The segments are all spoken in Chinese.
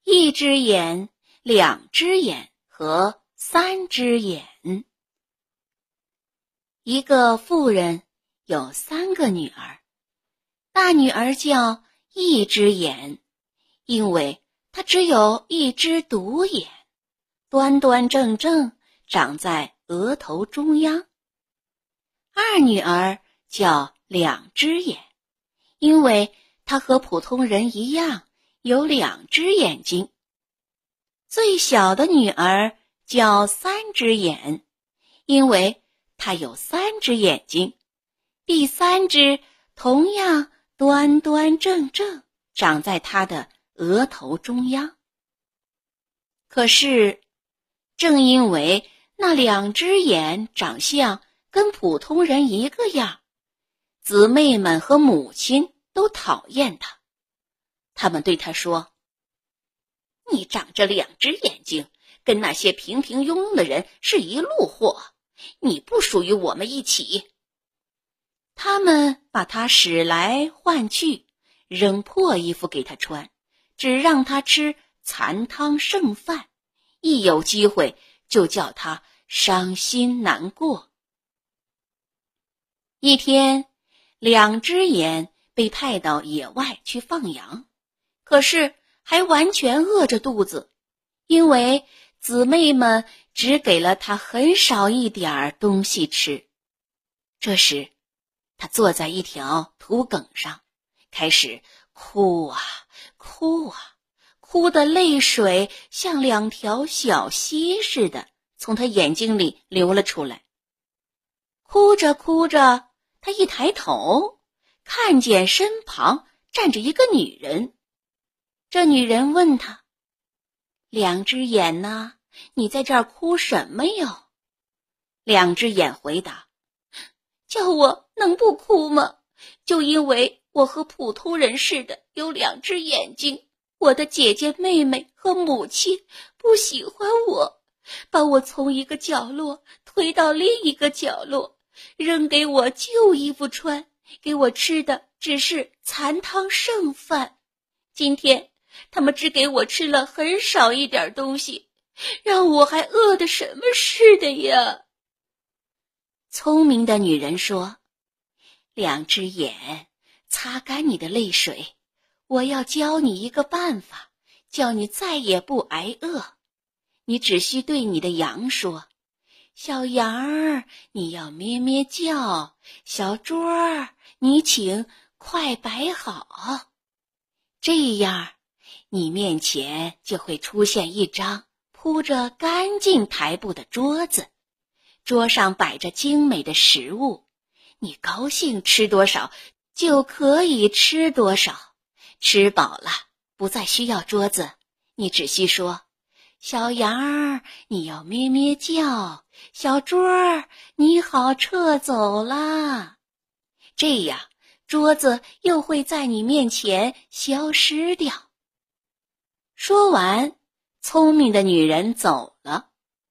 一只眼、两只眼和三只眼。一个妇人有3个女儿，大女儿叫一只眼，因为她只有一只独眼，端端正正长在额头中央。二女儿叫两只眼，因为她和普通人一样有2只眼睛。最小的女儿叫3只眼，因为她有3只眼睛，第3只同样端端正正长在她的额头中央。可是，正因为那2只眼长相跟普通人一个样，姊妹们和母亲都讨厌她。他们对她说：“你长着2只眼睛，跟那些平平庸庸的人是一路货，你不属于我们一起。”他们把她使来唤去，扔破衣服给她穿，只让她吃残汤剩饭，一有机会就叫她伤心难过。一天，2只眼被派到野外去放羊，可是还完全饿着肚子，因为姊妹们只给了她很少一点东西吃。这时，她坐在一条土埂上，开始哭啊哭啊，哭的泪水像2条小溪似的从她眼睛里流了出来。哭着哭着，她一抬头，看见身旁站着一个女人。这女人问她：“2只眼呐，你在这儿哭什么哟？” 2只眼回答：“叫我能不哭吗？就因为我和普通人似的有2只眼睛，我的姐姐妹妹和母亲不喜欢我，把我从一个角落推到另一个角落，扔给我旧衣服穿，给我吃的只是残汤剩饭。今天他们只给我吃了很少一点东西，让我还饿得什么似的呀。”聪明的女人说：“2只眼，擦干你的泪水，我要教你一个办法，叫你再也不挨饿。你只需对你的羊说：小羊儿，你要咩咩叫，小桌儿，你请快摆好。这样，你面前就会出现一张铺着干净台布的桌子，桌上摆着精美的食物，你高兴吃多少就可以吃多少。吃饱了，不再需要桌子，你只需说：小羊儿，你要咩咩叫，小桌儿，你好撤走啦。这样，桌子又会在你面前消失掉。”说完，聪明的女人走了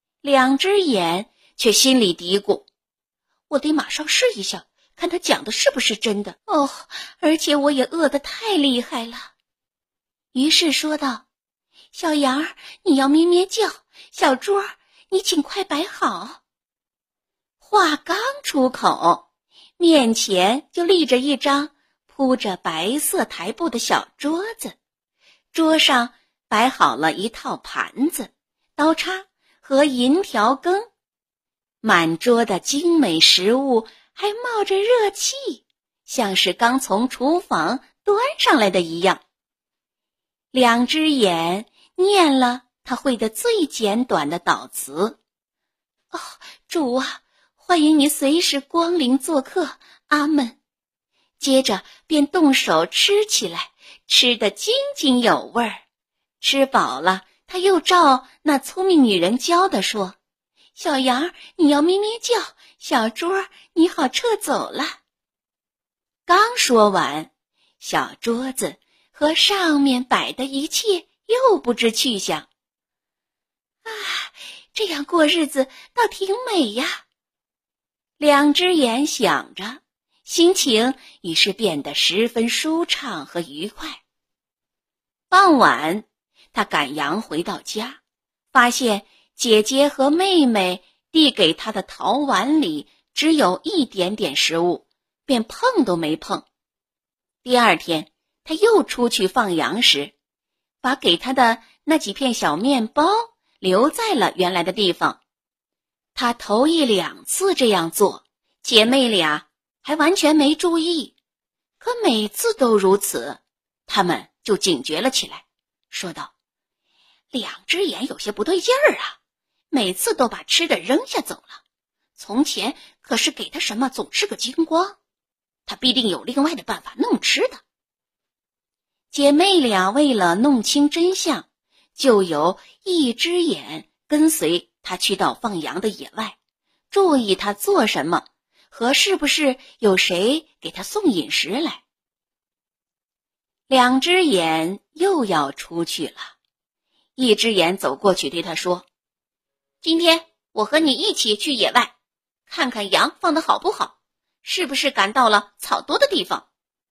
，2只眼却心里嘀咕：“我得马上试一下，看她讲的是不是真的哦，而且我也饿得太厉害了。”于是说道：“小羊儿，你要咩咩叫，小桌儿，你请快摆好。”话刚出口，面前就立着一张铺着白色台布的小桌子，桌上摆好了一套盘子、刀叉和银条羹，满桌的精美食物还冒着热气，像是刚从厨房端上来的一样。2只眼念了他会的最简短的祷词：“哦，主啊，欢迎你随时光临做客，阿们。”接着便动手吃起来，吃得津津有味儿。吃饱了，他又照那聪明女人教的说：“小羊，你要咩咩叫，小桌，你好撤走了。”刚说完，小桌子和上面摆的一切又不知去向。啊，这样过日子倒挺美呀！2只眼想着，心情于是变得十分舒畅和愉快。傍晚， 他赶羊回到家，发现姐姐和妹妹递给他的陶碗里只有一点点食物，便碰都没碰。第二天，他又出去放羊时，把给他的那几片小面包留在了原来的地方。他头一两次这样做，姐妹俩还完全没注意，可每次都如此，他们就警觉了起来，说道：两只眼有些不对劲儿啊，每次都把吃的扔下走了，从前可是给他什么总是个精光，他必定有另外的办法弄吃的。姐妹俩为了弄清真相，就由一只眼跟随他去到放羊的野外，注意他做什么和是不是有谁给他送饮食来。两只眼又要出去了，一只眼走过去对他说：今天我和你一起去野外，看看羊放得好不好，是不是赶到了草多的地方。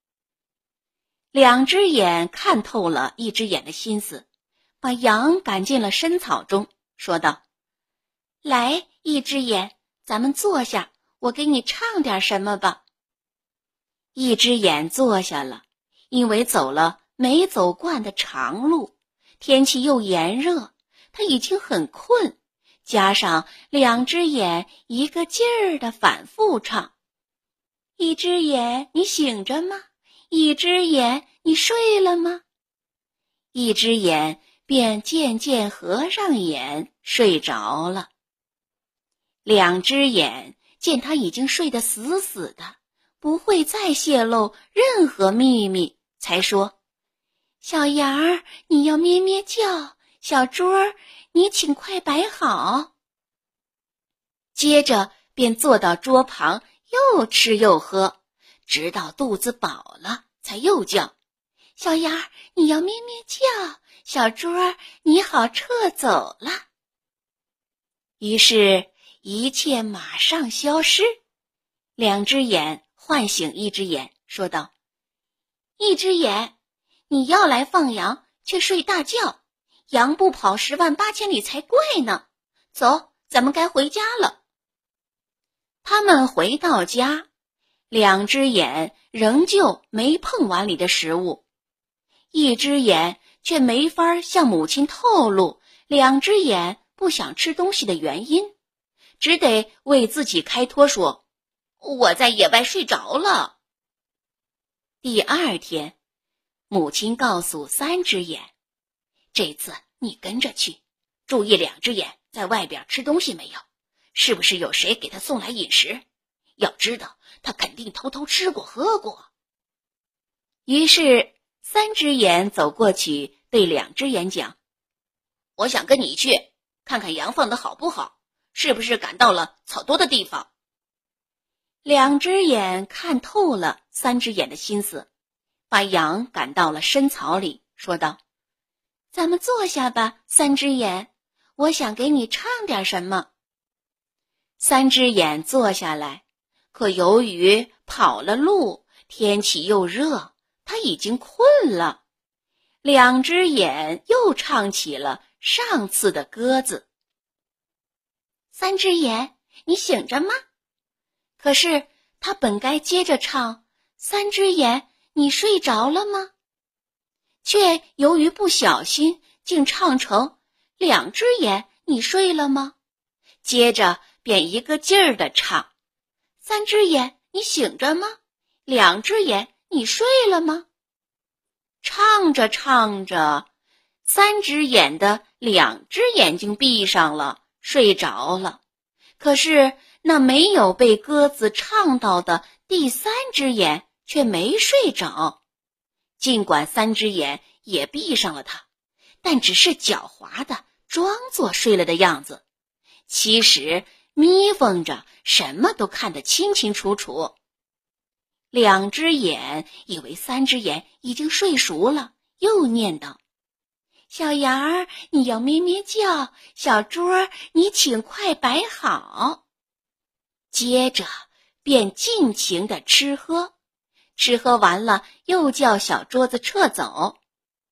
两只眼看透了一只眼的心思，把羊赶进了深草中，说道：来，一只眼，咱们坐下，我给你唱点什么吧。一只眼坐下了，因为走了没走惯的长路，天气又炎热，他已经很困，加上两只眼一个劲儿地反复唱：一只眼，你醒着吗？一只眼，你睡了吗？一只眼便渐渐合上眼，睡着了。两只眼见他已经睡得死死的，不会再泄露任何秘密，才说：小羊儿，你要咩咩叫，小猪儿，你请快摆好。接着便坐到桌旁，又吃又喝，直到肚子饱了，才又叫：小羊儿，你要咩咩叫，小猪儿，你好撤走了。于是一切马上消失，两只眼唤醒一只眼，说道：一只眼，你要来放羊，却睡大觉，羊不跑108000里才怪呢。走，咱们该回家了。他们回到家，两只眼仍旧没碰碗里的食物，一只眼却没法向母亲透露两只眼不想吃东西的原因，只得为自己开脱说：我在野外睡着了。第二天，母亲告诉三只眼：这次你跟着去，注意两只眼在外边吃东西没有，是不是有谁给他送来饮食？要知道他肯定偷偷吃过喝过。于是三只眼走过去对两只眼讲：我想跟你去看看羊放得好不好，是不是赶到了草多的地方。两只眼看透了三只眼的心思，把羊赶到了深草里，说道：咱们坐下吧，三只眼，我想给你唱点什么。三只眼坐下来，可由于跑了路，天气又热，他已经困了。两只眼又唱起了上次的歌子：三只眼，你醒着吗？可是他本该接着唱：三只眼，你睡着了吗？却由于不小心竟唱成：两只眼，你睡了吗？接着便一个劲儿地唱：三只眼，你醒着吗？两只眼，你睡了吗？唱着唱着，三只眼的两只眼睛闭上了，睡着了。可是那没有被鸽子唱到的第三只眼却没睡着，尽管三只眼也闭上了它，但只是狡猾的装作睡了的样子，其实眯缝着什么都看得清清楚楚。两只眼以为三只眼已经睡熟了，又念叨：小羊儿，你要咩咩叫，小猪儿，你请快摆好。接着便尽情地吃喝，吃喝完了又叫小桌子撤走。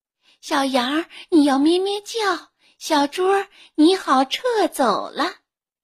小羊你要咩咩叫，小猪你好撤走了。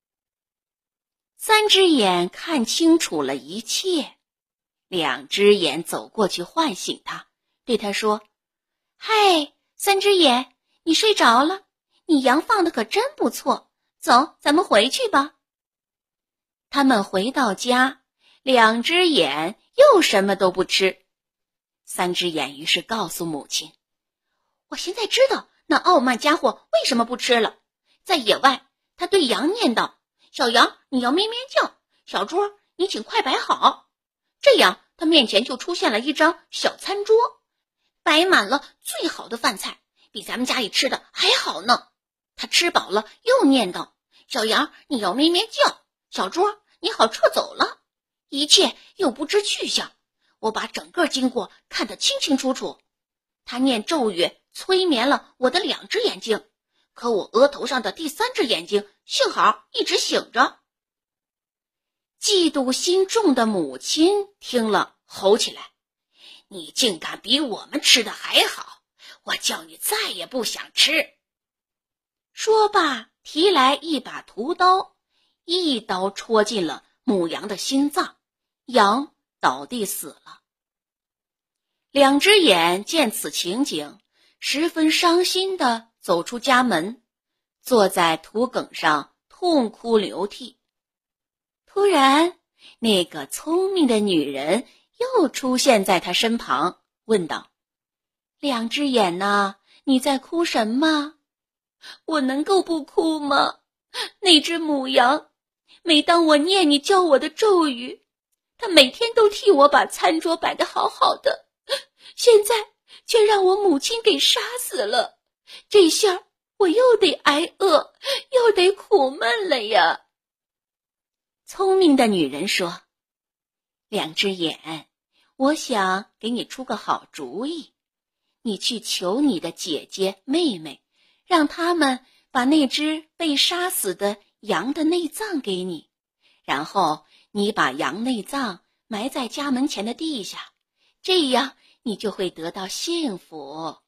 三只眼看清楚了一切，两只眼走过去唤醒他，对他说：嗨，三只眼，你睡着了？你羊放的可真不错，走，咱们回去吧。他们回到家，两只眼又什么都不吃。三只眼于是告诉母亲：我现在知道那傲慢家伙为什么不吃了。在野外，他对羊念叨：小羊你要咩咩叫，小猪你请快摆好。这样他面前就出现了一张小餐桌，摆满了最好的饭菜，比咱们家里吃的还好呢。他吃饱了又念叨：小羊你要咩咩叫，小猪你好撤走了。一切又不知去向，我把整个经过看得清清楚楚。他念咒语催眠了我的两只眼睛，可我额头上的第三只眼睛幸好一直醒着。嫉妒心重的母亲听了吼起来：你竟敢比我们吃的还好，我叫你再也不想吃。说罢提来一把屠刀，一刀戳进了母羊的心脏，羊倒地死了。两只眼见此情景，十分伤心地走出家门，坐在土埂上痛哭流涕。突然，那个聪明的女人又出现在他身旁，问道：两只眼呐，你在哭什么？我能够不哭吗？那只母羊，每当我念你教我的咒语，它每天都替我把餐桌摆得好好的，现在却让我母亲给杀死了。这下我又得挨饿，又得苦闷了呀。聪明的女人说：两只眼，我想给你出个好主意，你去求你的姐姐妹妹，让他们把那只被杀死的羊的内脏给你，然后你把羊内脏埋在家门前的地下，这样你就会得到幸福。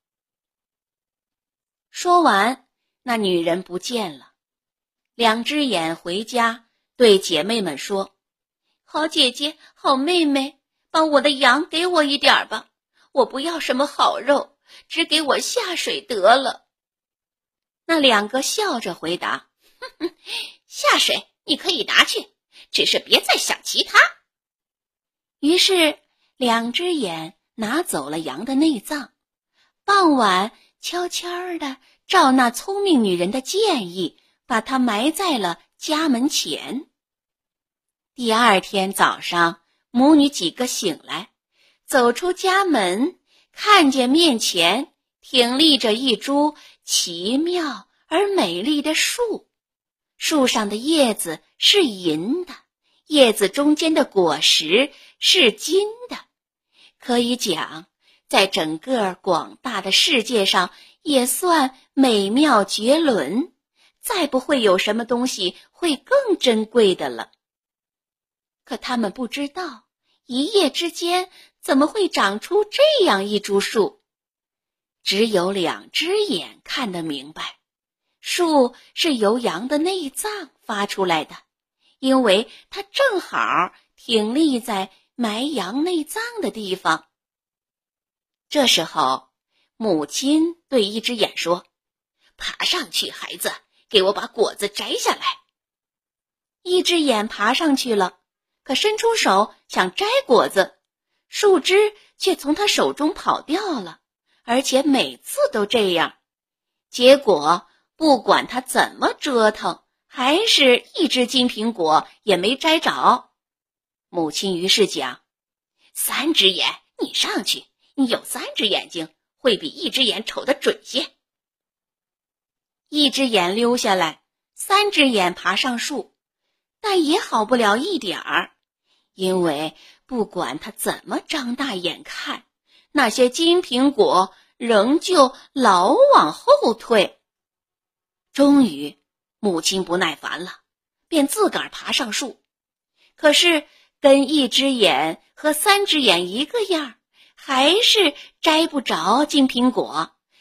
说完，那女人不见了。两只眼回家对姐妹们说：好姐姐，好妹妹，把我的羊给我一点吧，我不要什么好肉，只给我下水得了。那两个笑着回答：下水你可以拿去，只是别再想其他。于是两只眼拿走了羊的内脏，傍晚悄悄地照那聪明女人的建议，把它埋在了家门前。第二天早上，母女几个醒来，走出家门，看见面前挺立着一株奇妙而美丽的树，树上的叶子是银的，叶子中间的果实是金的。可以讲，在整个广大的世界上也算美妙绝伦，再不会有什么东西会更珍贵的了。可他们不知道，一夜之间怎么会长出这样一株树？只有两只眼看得明白，树是由羊的内脏发出来的，因为它正好挺立在埋羊内脏的地方。这时候，母亲对一只眼说：爬上去，孩子，给我把果子摘下来。一只眼爬上去了，可伸出手想摘果子，树枝却从他手中跑掉了，而且每次都这样。结果不管他怎么折腾，还是一只金苹果也没摘着。母亲于是讲：三只眼，你上去，你有三只眼睛，会比一只眼瞅得准些。一只眼溜下来，三只眼爬上树，但也好不了一点儿，因为不管他怎么张大眼看，那些金苹果仍旧老往后退。终于，母亲不耐烦了，便自个儿爬上树。可是跟一只眼和三只眼一个样，还是摘不着金苹果，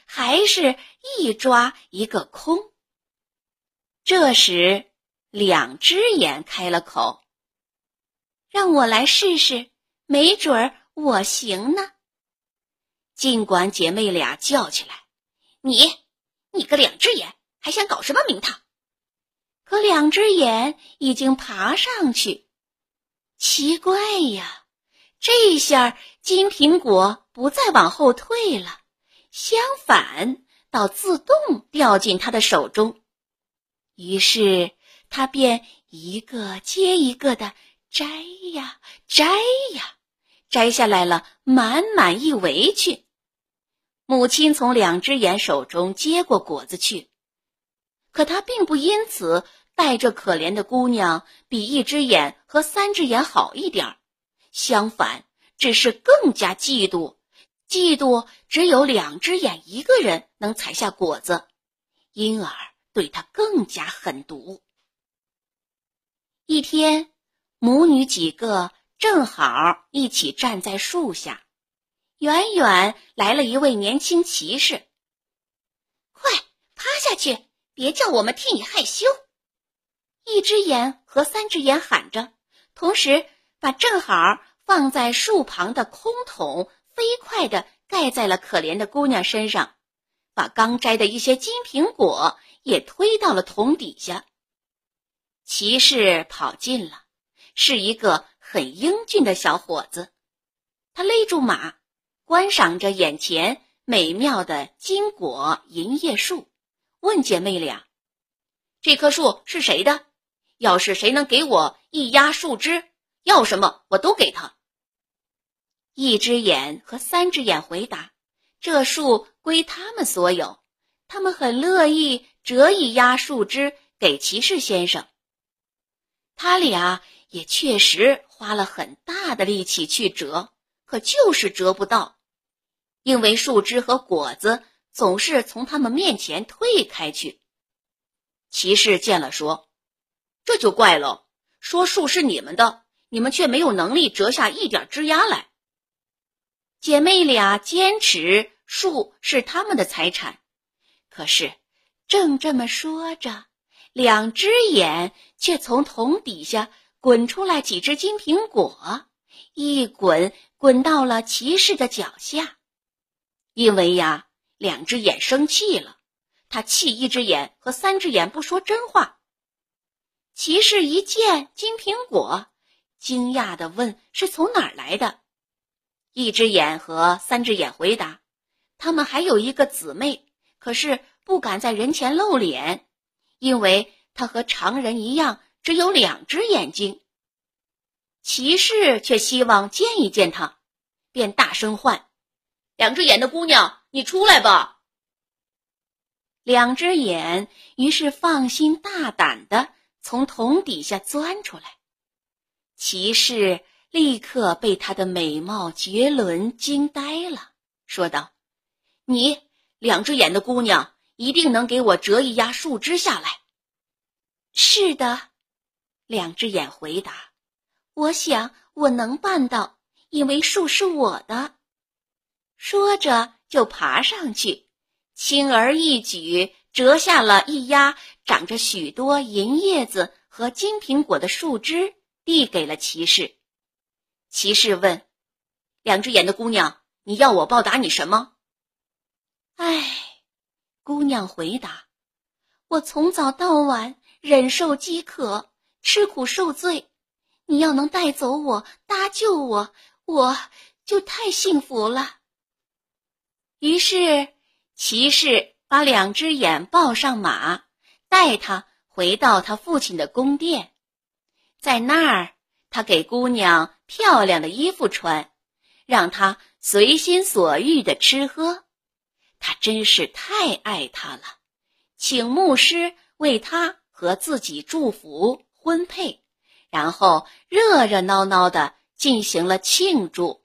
还是一抓一个空。这时，两只眼开了口：“让我来试试，没准儿我行呢。”尽管姐妹俩叫起来：“你个两只眼，还想搞什么名堂？”可两只眼已经爬上去。奇怪呀，这下金苹果不再往后退了，相反，倒自动掉进他的手中。于是他便一个接一个的摘呀摘呀，摘下来了满满一围去。母亲从两只眼手中接过果子去，可她并不因此待这可怜的姑娘比一只眼和三只眼好一点，相反，只是更加嫉妒只有两只眼一个人能采下果子，因而对她更加狠毒。一天，母女几个正好一起站在树下，远远来了一位年轻骑士。“快趴下去，别叫我们替你害羞！”一只眼和三只眼喊着，同时把正好放在树旁的空桶飞快地盖在了可怜的姑娘身上，把刚摘的一些金苹果也推到了桶底下。骑士跑近了，是一个很英俊的小伙子。他勒住马，观赏着眼前美妙的金果银叶树，问姐妹俩：“这棵树是谁的？要是谁能给我一压树枝，要什么我都给他。”一只眼和三只眼回答：“这树归他们所有，他们很乐意折一压树枝给骑士先生。”他俩也确实花了很大的力气去折，可就是折不到，因为树枝和果子总是从他们面前退开去。骑士见了说：“这就怪了，说树是你们的，你们却没有能力折下一点枝丫来。”姐妹俩坚持树是他们的财产，可是正这么说着，两只眼却从桶底下滚出来几只金苹果，一滚滚到了骑士的脚下。因为呀，两只眼生气了，他气一只眼和三只眼不说真话。骑士一见金苹果，惊讶地问：“是从哪儿来的？”一只眼和三只眼回答：“他们还有一个姊妹，可是不敢在人前露脸，因为她和常人一样只有两只眼睛。”骑士却希望见一见她，便大声唤：“两只眼的姑娘，你出来吧！”两只眼于是放心大胆地从桶底下钻出来。骑士立刻被她的美貌绝伦惊呆了，说道：“你两只眼的姑娘，一定能给我折一压树枝下来。”“是的。”两只眼回答，“我想我能办到，因为树是我的。”说着就爬上去，轻而易举折下了一压长着许多银叶子和金苹果的树枝，递给了骑士。骑士问：“两只眼的姑娘，你要我报答你什么？”“唉。”姑娘回答，“我从早到晚忍受饥渴，吃苦受罪，你要能带走我，搭救我，我就太幸福了。”于是骑士把两只眼抱上马，带他回到他父亲的宫殿。在那儿，他给姑娘漂亮的衣服穿，让她随心所欲地吃喝。他真是太爱她了，请牧师为她和自己祝福婚配，然后热热闹闹地进行了庆祝。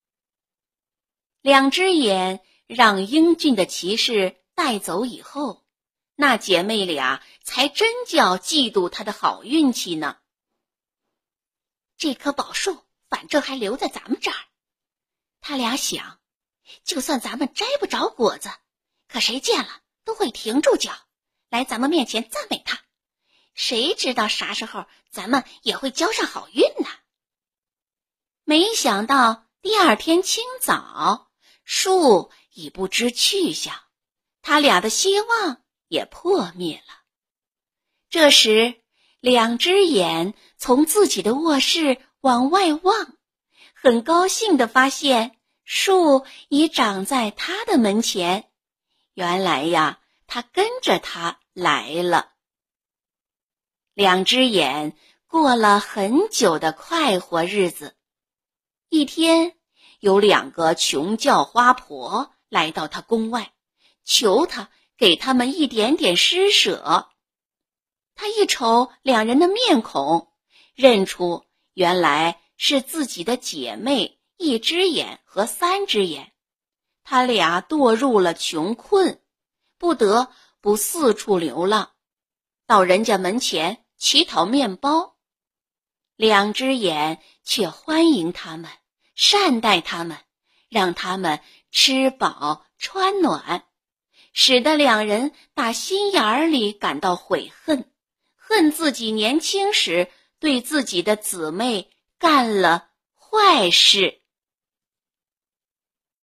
两只眼让英俊的骑士带走以后，那姐妹俩才真叫嫉妒他的好运气呢。这棵宝树反正还留在咱们这儿，他俩想，就算咱们摘不着果子， 可谁见了都会停住脚，来咱们面前赞美他。谁知道啥时候咱们也会交上好运呢？没想到第二天清早，树已不知去向，他俩的希望也破灭了。这时，两只眼从自己的卧室往外望，很高兴地发现树已长在他的门前。原来呀，他跟着他来了。两只眼过了很久的快活日子。一天，有2个穷叫花婆来到他宫外，求他给他们一点点施舍。他一瞅两人的面孔，认出原来是自己的姐妹一只眼和3只眼。他俩堕入了穷困，不得不四处流浪，到人家门前乞讨面包。两只眼却欢迎他们，善待他们，让他们吃饱穿暖，使得两人打心眼里感到悔恨，恨自己年轻时对自己的姊妹干了坏事。